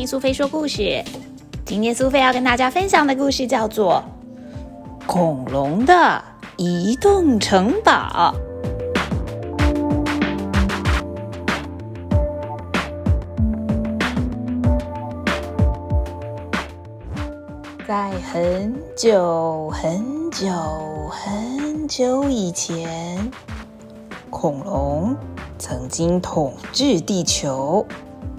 听苏菲说故事。今天苏菲要跟大家分享的故事叫做《恐龙的移动城堡》。在很久很久很久以前，恐龙曾经统治地球。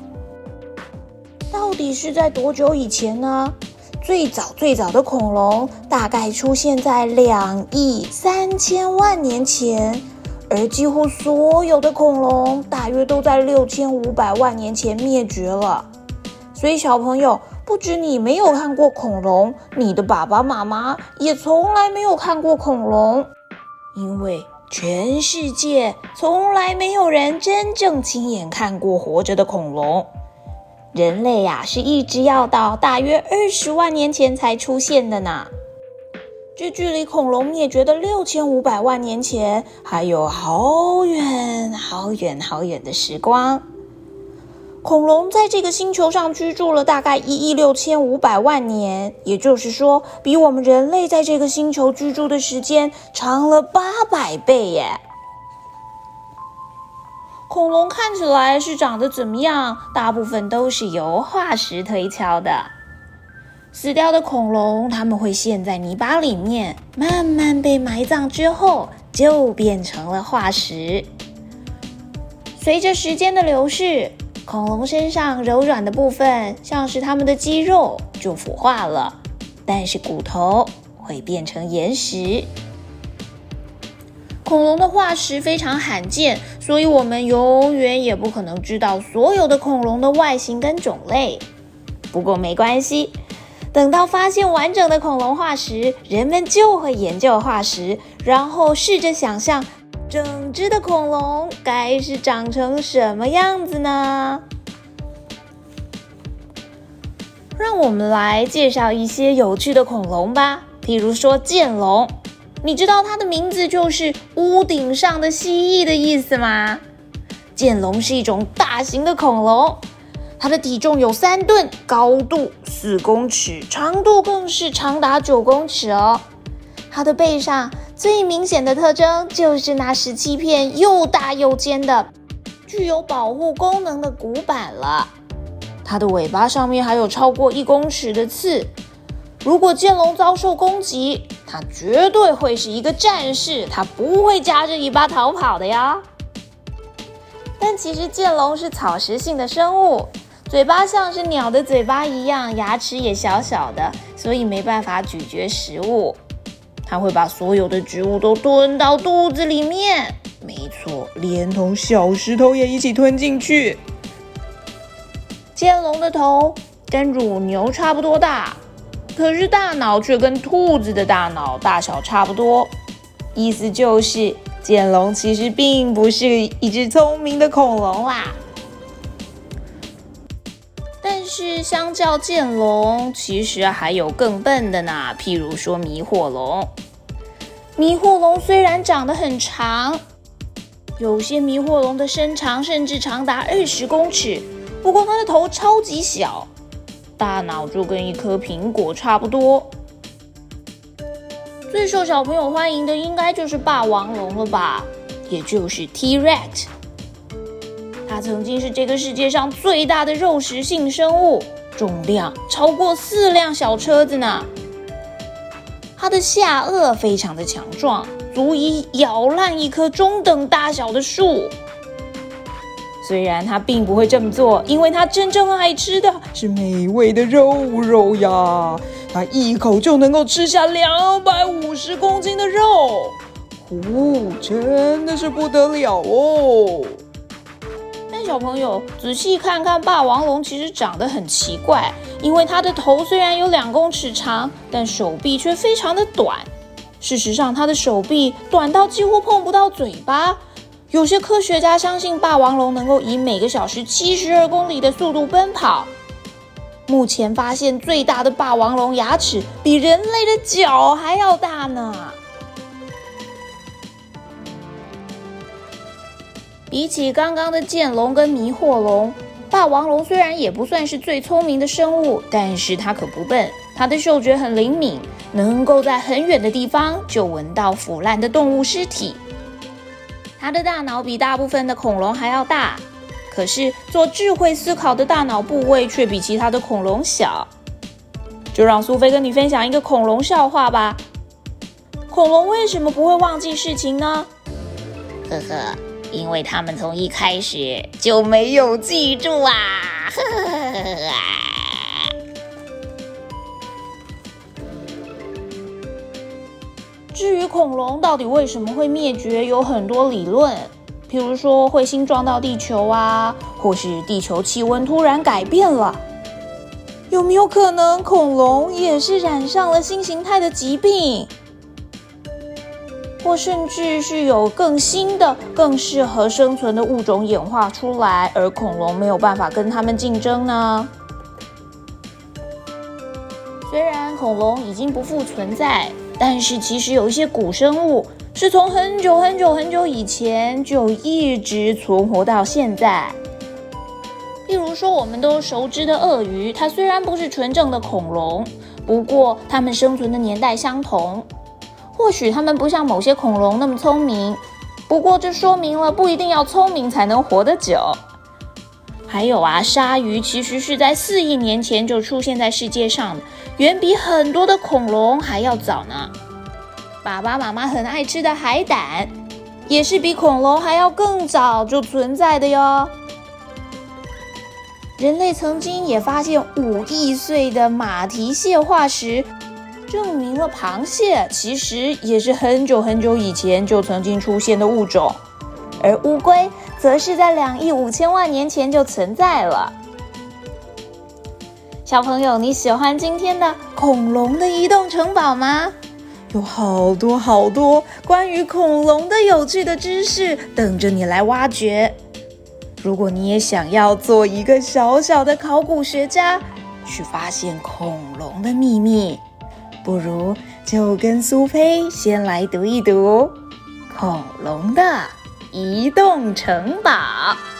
到底是在多久以前呢？最早的恐龙大概出现在2亿3千万年前，而几乎所有的恐龙大约都在6500万年前灭绝了。所以小朋友，不止你没有看过恐龙，你的爸爸妈妈也从来没有看过恐龙，因为全世界从来没有人真正亲眼看过活着的恐龙。人类是一直要到大约20万年前才出现的呢。这距离恐龙灭绝的6500万年前还有好远好远好远的时光。恐龙在这个星球上居住了大概1亿6500万年，也就是说，比我们人类在这个星球居住的时间长了800倍耶。恐龙看起来是长得怎么样？大部分都是由化石推敲的。死掉的恐龙，它们会陷在泥巴里面，慢慢被埋葬之后，就变成了化石。随着时间的流逝，恐龙身上柔软的部分，像是它们的肌肉，就腐化了，但是骨头会变成岩石。恐龙的化石非常罕见，所以我们永远也不可能知道所有的恐龙的外形跟种类。不过没关系，等到发现完整的恐龙化石，人们就会研究化石，然后试着想象整只的恐龙该是长成什么样子呢？让我们来介绍一些有趣的恐龙吧，譬如说剑龙。你知道它的名字就是屋顶上的蜥蜴的意思吗？剑龙是一种大型的恐龙，它的体重有3吨，高度4公尺，长度更是长达9公尺哦。它的背上最明显的特征就是那17片又大又尖的具有保护功能的骨板了。它的尾巴上面还有超过1公尺的刺。如果剑龙遭受攻击，它绝对会是一个战士，它不会夹着尾巴逃跑的呀。但其实剑龙是草食性的生物，嘴巴像是鸟的嘴巴一样，牙齿也小小的，所以没办法咀嚼食物。它会把所有的植物都吞到肚子里面，没错，连同小石头也一起吞进去。剑龙的头跟乳牛差不多大，可是大脑却跟兔子的大脑大小差不多，意思就是剑龙其实并不是一只聪明的恐龙啦。但是相较剑龙，其实还有更笨的呢，譬如说迷惑龙。迷惑龙虽然长得很长，有些迷惑龙的身长甚至长达20公尺，不过它的头超级小，大脑就跟一颗苹果差不多。最受小朋友欢迎的应该就是霸王龙了吧，也就是 T-Rex。 它曾经是这个世界上最大的肉食性生物，重量超过4辆小车子呢。它的下颚非常的强壮，足以咬烂一棵中等大小的树。虽然它并不会这么做，因为它真正爱吃的是美味的肉呀，它一口就能够吃下250公斤的肉，真的是不得了哦。但小朋友仔细看看，霸王龙其实长得很奇怪，因为它的头虽然有2公尺长，但手臂却非常的短。事实上，它的手臂短到几乎碰不到嘴巴。有些科学家相信霸王龙能够以每个小时72公里的速度奔跑。目前发现最大的霸王龙牙齿比人类的脚还要大呢。比起刚刚的剑龙跟迷惑龙， 霸王龙虽然也不算是最聪明的生物，但是它可不笨，它的嗅觉很灵敏，能够在很远的地方就闻到腐烂的动物尸体。它的大脑比大部分的恐龙还要大，可是做智慧思考的大脑部位却比其他的恐龙小。就让苏菲跟你分享一个恐龙笑话吧。恐龙为什么不会忘记事情呢？ 呵呵，因为他们从一开始就没有记住啊！呵呵呵呵啊！ 至于恐龙到底为什么会灭绝，有很多理论，譬如说彗星撞到地球啊，或是地球气温突然改变了。有没有可能恐龙也是染上了新形态的疾病？或甚至是有更新的、更适合生存的物种演化出来，而恐龙没有办法跟它们竞争呢？虽然恐龙已经不复存在，但是其实有一些古生物是从很久很久很久以前就一直存活到现在。例如说我们都熟知的鳄鱼，它虽然不是纯正的恐龙，不过它们生存的年代相同。或许它们不像某些恐龙那么聪明，不过这说明了不一定要聪明才能活得久。还有啊，鲨鱼其实是在4亿年前就出现在世界上的，远比很多的恐龙还要早呢。爸爸妈妈很爱吃的海胆，也是比恐龙还要更早就存在的哟。人类曾经也发现5亿岁的马蹄蟹化石，证明了螃蟹其实也是很久很久以前就曾经出现的物种，而乌龟则是在2亿5千万年前就存在了。小朋友，你喜欢今天的恐龙的移动城堡吗？有好多好多关于恐龙的有趣的知识等着你来挖掘。如果你也想要做一个小小的考古学家，去发现恐龙的秘密，不如就跟苏菲先来读一读恐龙的移动城堡。